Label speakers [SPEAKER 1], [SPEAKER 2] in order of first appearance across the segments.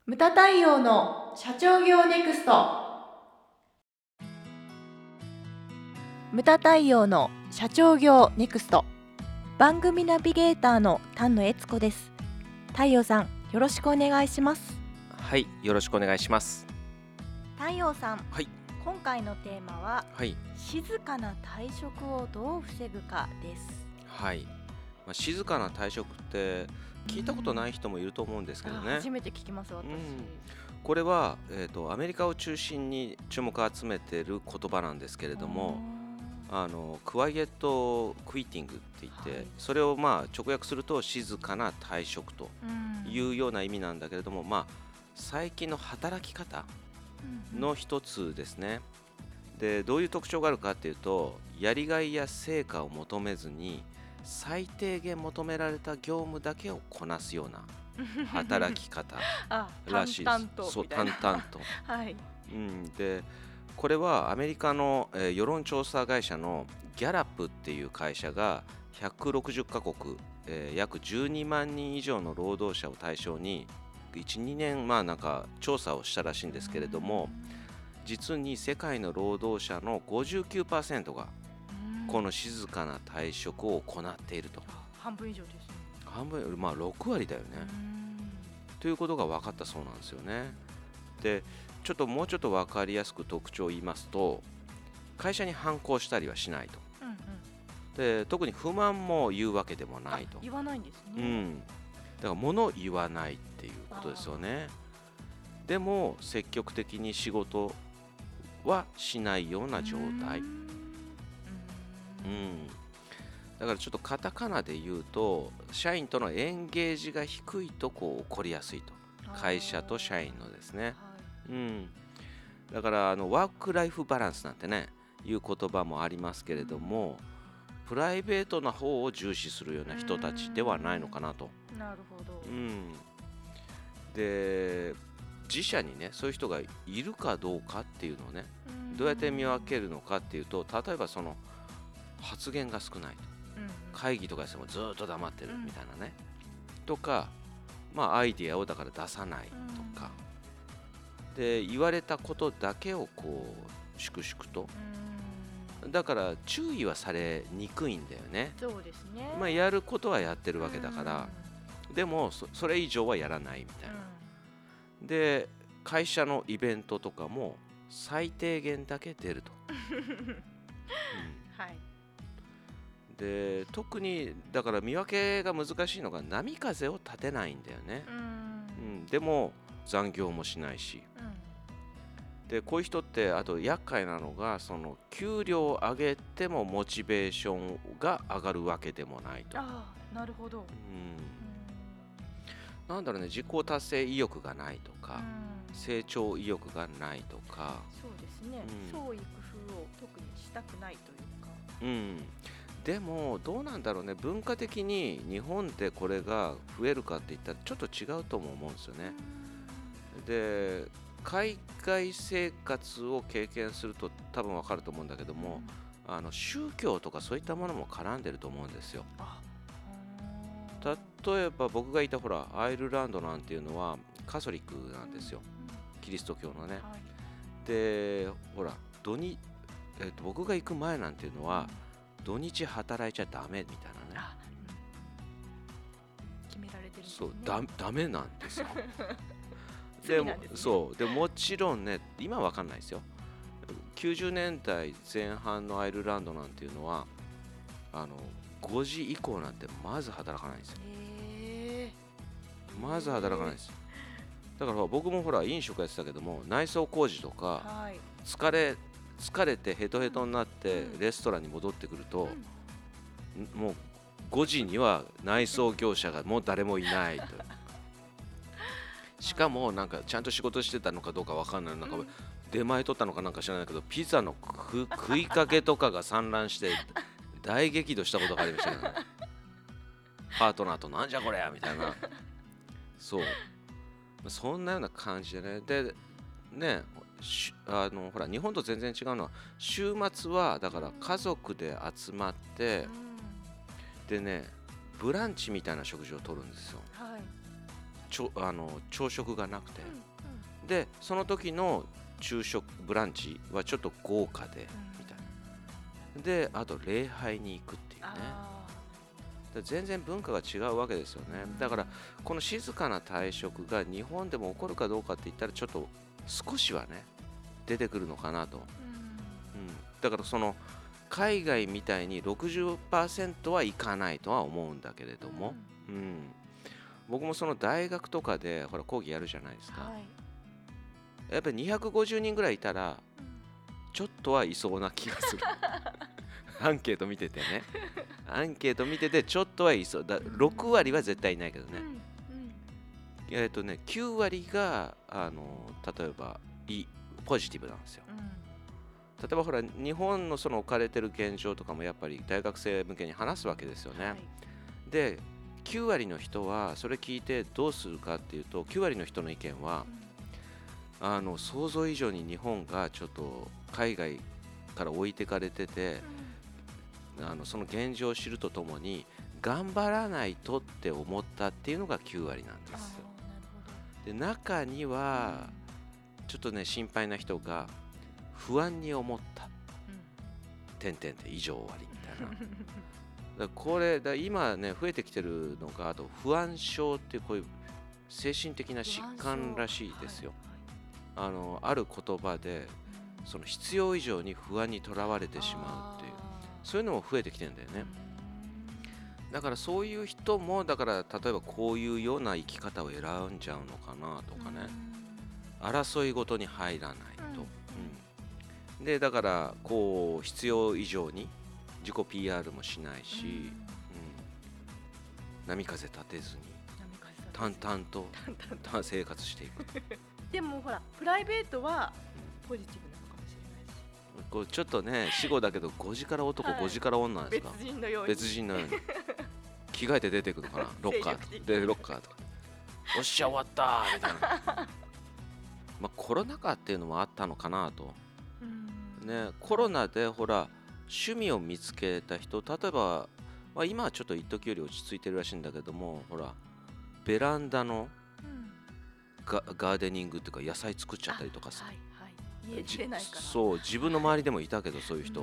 [SPEAKER 1] ムタ太陽の社長業ネクスト。ムタ太陽の社長業ネクスト、番組ナビゲーターの丹野悦子です。太陽さん、よろしくお願いします。
[SPEAKER 2] はい、よろしくお願いします。
[SPEAKER 1] 太陽さん、
[SPEAKER 2] はい、
[SPEAKER 1] 今回のテーマは、
[SPEAKER 2] はい、
[SPEAKER 1] 静かな退職をどう防ぐかです。
[SPEAKER 2] はい。静かな退職って聞いたことない人もいると思うんですけどね。
[SPEAKER 1] 初めて聞きます、私。
[SPEAKER 2] これは、アメリカを中心に注目を集めている言葉なんですけれども、クワイエットクイッティングって言って、それを直訳すると静かな退職というような意味なんだけれども、最近の働き方の一つですね。で、どういう特徴があるかっていうと、やりがいや成果を求めずに最低限求められた業務だけをこなすような働き方らしいです。そう、淡々と。
[SPEAKER 1] はい。
[SPEAKER 2] で、これはアメリカの、世論調査会社のギャラップっていう会社が160カ国、約12万人以上の労働者を対象に1、2年調査をしたらしいんですけれども、実に世界の労働者の 59% がこの静かな退職を行っていると。
[SPEAKER 1] 半分以上ですね。
[SPEAKER 2] 半分、6割だよね。ということが分かったそうなんですよね。で、もうちょっと分かりやすく特徴を言いますと、会社に反抗したりはしないと。で、特に不満も言うわけでもないと。
[SPEAKER 1] 言わないんですね。
[SPEAKER 2] だから物を言わないっていうことですよね。でも積極的に仕事はしないような状態。だからちょっとカタカナで言うと、社員とのエンゲージが低いと起こりやすいと。会社と社員のですね。だからワークライフバランスなんてね、いう言葉もありますけれども、プライベートな方を重視するような人たちではないのかなと。
[SPEAKER 1] なるほど。
[SPEAKER 2] で、自社にね、そういう人がいるかどうかっていうのをね、どうやって見分けるのかっていうと、例えばその発言が少ないと、会議とかしてもずっと黙ってるみたいなね、とか、アイディアをだから出さないとか、で、言われたことだけを粛々と、だから注意はされにくいんだよね。
[SPEAKER 1] そうですね。
[SPEAKER 2] やることはやってるわけだから、でもそれ以上はやらないみたいな。で、会社のイベントとかも最低限だけ出ると。
[SPEAKER 1] はい。
[SPEAKER 2] で、特にだから見分けが難しいのが、波風を立てないんだよね。でも残業もしないし、で、こういう人ってあと厄介なのが、その給料を上げてもモチベーションが上がるわけでもないと。
[SPEAKER 1] なるほど。
[SPEAKER 2] なんだろうね、自己達成意欲がないとか、成長意欲がないとか。
[SPEAKER 1] そうですね。創意工夫を特にしたくないというか。
[SPEAKER 2] でもどうなんだろうね、文化的に日本でこれが増えるかって言ったらちょっと違うとも思うんですよね。で、海外生活を経験すると多分わかると思うんだけども、宗教とかそういったものも絡んでると思うんですよ。例えば僕がいたアイルランドなんていうのはカソリックなんですよ。キリスト教のね。で、僕が行く前なんていうのは、土日働いちゃダメみたいなね。
[SPEAKER 1] 決められてるんですね。
[SPEAKER 2] そう、ダメなんですよ。でももちろんね、今はわかんないですよ。90年代前半のアイルランドなんていうのは、5時以降なんてまず働かないんですよ。まず働かないです。だから僕も飲食やってたけども、内装工事とか、疲れてヘトヘトになってレストランに戻ってくると、もう5時には内装業者がもう誰もいないと。しかもちゃんと仕事してたのかどうかわかんない、出前取ったのかなんか知らないけど、ピザの食いかけとかが散乱して大激怒したことがありましたけどね。パートナーとなんじゃこりゃみたいな。そう、そんなような感じでね。でね、日本と全然違うのは、週末はだから家族で集まって、でね、ブランチみたいな食事をとるんですよ。 朝食がなくて、でその時の昼食ブランチはちょっと豪華で、みたいな。であと礼拝に行くっていうね。全然文化が違うわけですよね。だからこの静かな退職が日本でも起こるかどうかって言ったらちょっと少しはね出てくるのかなと、だからその海外みたいに 60% はいかないとは思うんだけれども、僕もその大学とかでほら講義やるじゃないですか、やっぱり250人ぐらいいたらちょっとはいそうな気がするアンケート見ててねちょっとはいそうだ。6割は絶対いないけどね、9割が例えばポジティブなんですよ。例えばほら日本のその置かれてる現状とかもやっぱり大学生向けに話すわけですよね、で9割の人はそれ聞いてどうするかっていうと、9割の人の意見は、想像以上に日本がちょっと海外から置いてかれてて、その現状を知るとともに頑張らないとって思ったっていうのが9割なんですよ。で中にはちょっとね心配な人が不安に思った、点々で以上終わりみたいなだこれだ今ね増えてきてるのが、あと不安症っていうこういう精神的な疾患らしいですよ。ある言葉でその必要以上に不安にとらわれてしまうっていう、そういうのも増えてきてるんだよね。だからそういう人もだから例えばこういうような生き方を選んじゃうのかなとかね、争いごとに入らないと、でだからこう必要以上に自己 PR もしないし、波風立てずに淡々と生活していく
[SPEAKER 1] でもほらプライベートはポジティブなのかもしれないし、
[SPEAKER 2] こうちょっとね死後だけど5時から男、5時から女ですか。
[SPEAKER 1] 別人のように
[SPEAKER 2] 着替えて出てくるのかなロッカーでロッカーとかおっしゃ終わったみたいなコロナ禍っていうのもあったのかなと、コロナでほら趣味を見つけた人、例えば、今はちょっと一時より落ち着いてるらしいんだけども、ほらベランダのガーデニングっていうか野菜作っちゃったりとかさ、
[SPEAKER 1] 家出れないから、
[SPEAKER 2] そう自分の周りでもいたけどそういう人、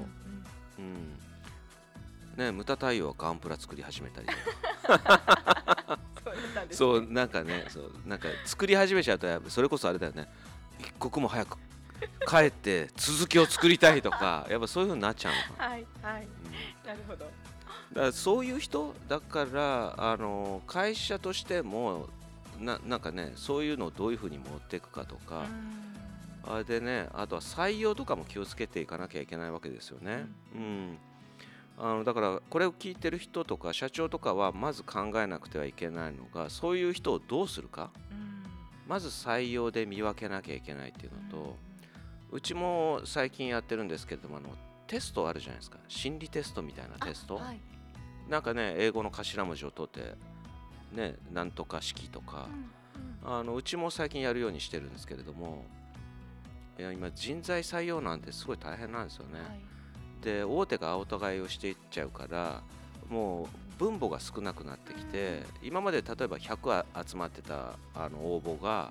[SPEAKER 2] ね、ムタ太陽はガンプラ作り始めたりとかそうなんかね、そうなんか作り始めちゃうとそれこそあれだよね、一刻も早く帰って続きを作りたいとかやっぱそういう風になっちゃうのかな。
[SPEAKER 1] なるほど。
[SPEAKER 2] だからそういう人だから会社としてもなんかねそういうのをどういう風に持っていくかとか、でね、あとは採用とかも気をつけていかなきゃいけないわけですよね。だからこれを聞いてる人とか社長とかはまず考えなくてはいけないのが、そういう人をどうするか、まず採用で見分けなきゃいけないっていうのと、うちも最近やってるんですけれどもテストあるじゃないですか、心理テストみたいなテスト、なんかね英語の頭文字を取ってね、なんとか式とか、うちも最近やるようにしてるんですけれども、いや今人材採用なんてすごい大変なんですよね。で大手が青田買いをしていっちゃうからもう分母が少なくなってきて、今まで例えば100集まってた応募が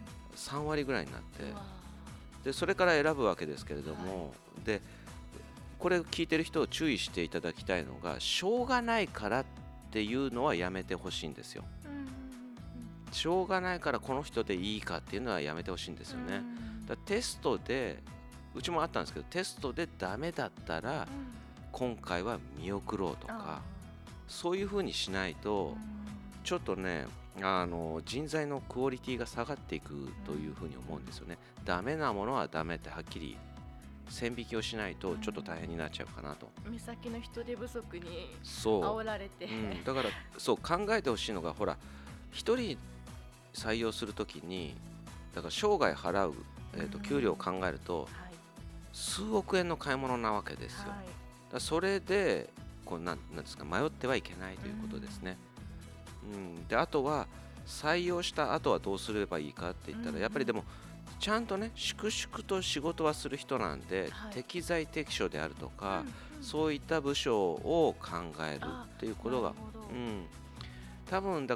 [SPEAKER 2] 3割ぐらいになって、でそれから選ぶわけですけれども、でこれを聞いてる人を注意していただきたいのが、しょうがないからっていうのはやめてほしいんですよ。しょうがないからこの人でいいかっていうのはやめてほしいんですよね。だテストでうちもあったんですけど、テストでダメだったら今回は見送ろうとか、そういう風にしないとちょっとね人材のクオリティが下がっていくという風に思うんですよね。ダメなものはダメってはっきり線引きをしないとちょっと大変になっちゃうかなと。
[SPEAKER 1] 目先の人手不足に煽られて、
[SPEAKER 2] だからそう考えてほしいのが、ほら一人採用するときにだから生涯払う、給料を考えると、数億円の買い物なわけですよ。だそれでこうなんですか、迷ってはいけないということですね。であとは採用した後はどうすればいいかって言ったら、やっぱりでもちゃんとね粛々と仕事はする人なんで、適材適所であるとか、そういった部署を考えるっていうことが、多分だから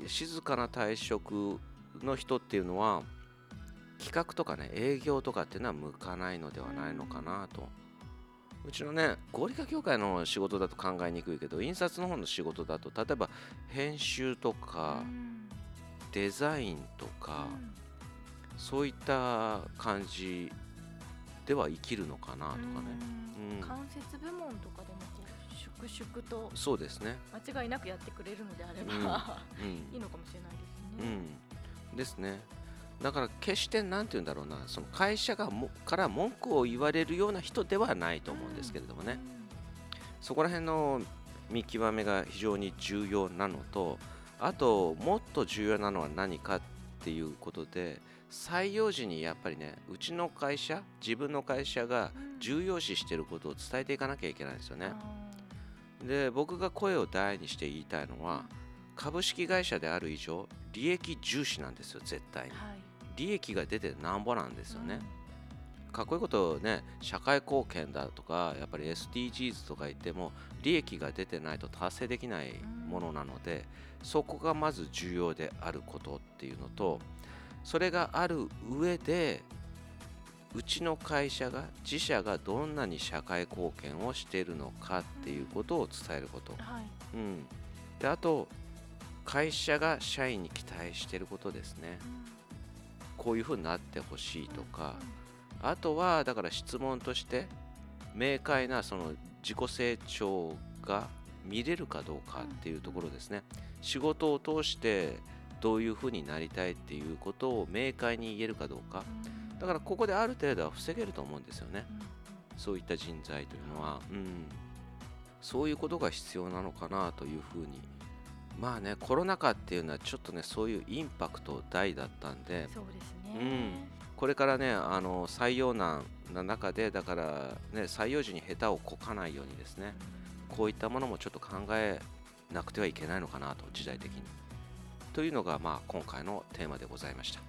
[SPEAKER 2] 静かな退職の人っていうのは企画とかね営業とかっていうのは向かないのではないのかなと。うちのね合理化協会の仕事だと考えにくいけど、印刷の方の仕事だと例えば編集とかデザインとか、そういった感じでは生きるのかなとかね。
[SPEAKER 1] 間接部門とかでもこう粛々と
[SPEAKER 2] そうですね、
[SPEAKER 1] 間違いなくやってくれるのであれば、いいのかもしれないですね。
[SPEAKER 2] ですね。だから決してなんて言うんだろうな、その会社から文句を言われるような人ではないと思うんですけれどもね、そこら辺の見極めが非常に重要なのと、あともっと重要なのは何かっていうことで、採用時にやっぱりね、うちの会社、自分の会社が重要視していることを伝えていかなきゃいけないんですよね。で、僕が声を大にして言いたいのは、株式会社である以上利益重視なんですよ。絶対に利益が出てなんぼなんですよね。かっこいいことをね、社会貢献だとかやっぱり SDGs とか言っても利益が出てないと達成できないものなので、そこがまず重要であることっていうのと、それがある上でうちの会社が自社がどんなに社会貢献をしているのかっていうことを伝えること、であと会社が社員に期待していることですね。こういうふうになってほしいとか、あとはだから質問として明快なその自己成長が見れるかどうかっていうところですね。仕事を通してどういうふうになりたいっていうことを明快に言えるかどうか。だからここである程度は防げると思うんですよね。そういった人材というのは、そういうことが必要なのかなというふうに。まあね、コロナ禍っていうのはちょっとね、そういうインパクト大だったんで、
[SPEAKER 1] そうですね、
[SPEAKER 2] これからね、採用難な中で、だからね、採用時に下手をこかないようにですね、こういったものもちょっと考えなくてはいけないのかなと、時代的に。というのが、今回のテーマでございました。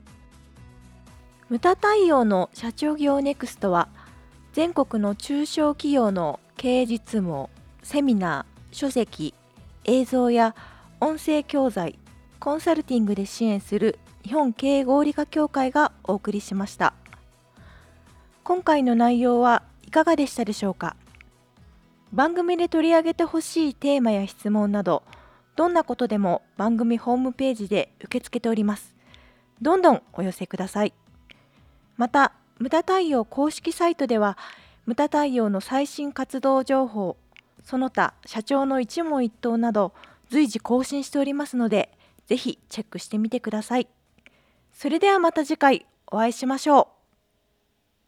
[SPEAKER 1] ムタ対応の社長業ネクストは、全国の中小企業の経営実務、セミナー、書籍、映像や音声教材、コンサルティングで支援する日本経営合理化協会がお送りしました。今回の内容はいかがでしたでしょうか。番組で取り上げてほしいテーマや質問など、どんなことでも番組ホームページで受け付けております。どんどんお寄せください。また、ムタ対応公式サイトでは、ムタ対応の最新活動情報、その他社長の一問一答など随時更新しておりますので、ぜひチェックしてみてください。それではまた次回お会いしましょう。